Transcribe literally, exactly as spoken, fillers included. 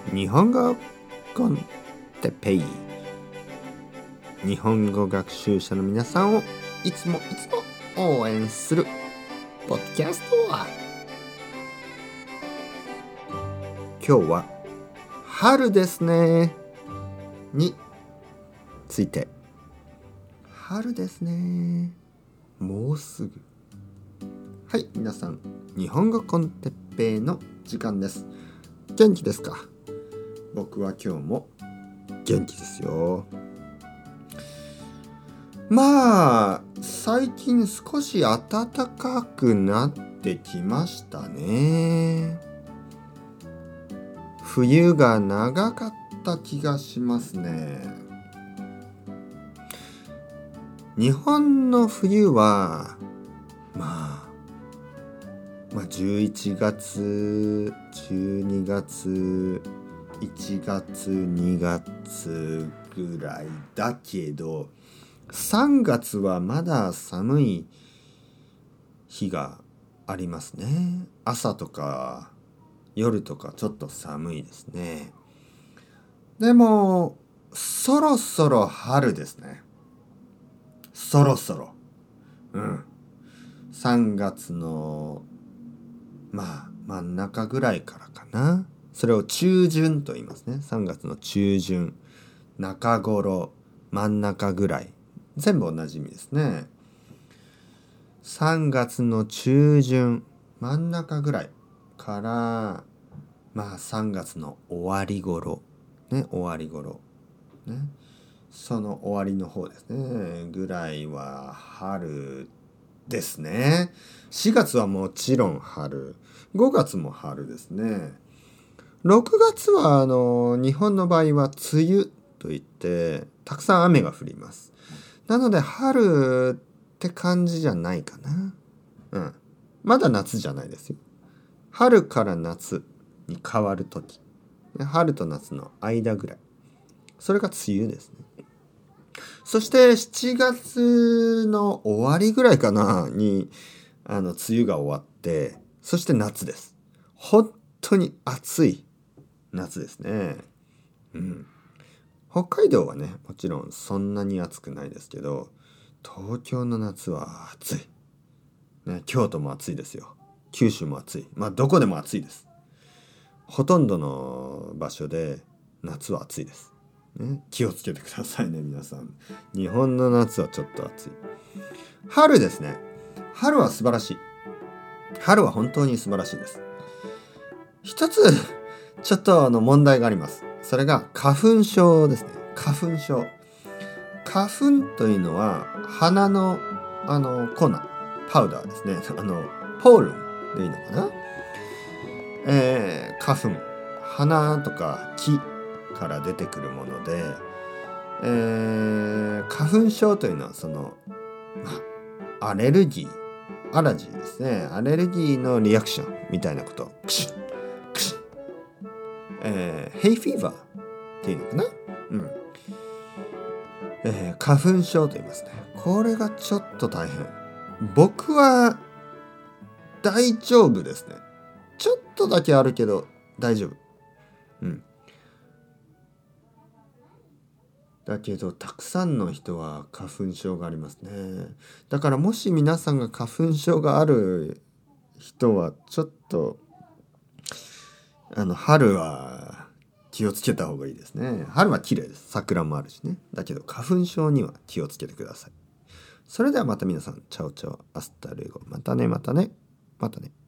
日本語コンテペイ。日本語学習者の皆さんをいつもいつも応援するポッドキャストは、今日は春ですねについて。春ですね、もうすぐ。はい、皆さん、日本語コンテッペイの時間です。元気ですか？僕は今日も元気ですよ。まあ最近少し暖かくなってきましたね。冬が長かった気がしますね。日本の冬はまあまあじゅういちがつ、じゅうにがつ、いちがつ、にがつぐらいだけど、さんがつはまだ寒い日がありますね。朝とか夜とかちょっと寒いですね。でもそろそろ春ですね。そろそろ。うん。さんがつのまあ真ん中ぐらいからかな。それを中旬と言いますね。さんがつの中旬、中頃、真ん中ぐらい。全部同じ意味ですね。さんがつの中旬、真ん中ぐらいから、まあさんがつの終わり頃、ね、終わり頃、ね、その終わりの方ですね、ぐらいは春ですね。しがつはもちろん春、ごがつも春ですね。ろくがつはあの日本の場合は梅雨といってたくさん雨が降ります。なので春って感じじゃないかな。うん。まだ夏じゃないですよ。春から夏に変わるとき。春と夏の間ぐらい。それが梅雨ですね。そしてしちがつの終わりぐらいかなにあの梅雨が終わって、そして夏です。本当に暑い夏ですね。うん。北海道はね、もちろんそんなに暑くないですけど、東京の夏は暑い。ね、京都も暑いですよ。九州も暑い。まあどこでも暑いです。ほとんどの場所で夏は暑いです。ね、気をつけてくださいね、皆さん。日本の夏はちょっと暑い。春ですね。春は素晴らしい。春は本当に素晴らしいです。一つちょっとあの問題があります。それが花粉症ですね。花粉症。花粉というのは花のあの粉、パウダーですね。あのポールンでいいのかな。えー、花粉、花とか木から出てくるもので、えー、花粉症というのはその、まあ、アレルギー、アラジーですね。アレルギーのリアクションみたいなこと。クシックシッえー、ヘイフィーバーっていうのかな、うんえー、花粉症と言いますね。これがちょっと大変。僕は大丈夫ですね。ちょっとだけあるけど大丈夫。うんだけどたくさんの人は花粉症がありますね。だからもし皆さんが花粉症がある人はちょっとあの春は気をつけた方がいいですね。春は綺麗です。桜もあるしね。だけど花粉症には気をつけてください。それではまた皆さん、チャオチャオ、アスタルエゴ。またね、またね、またね。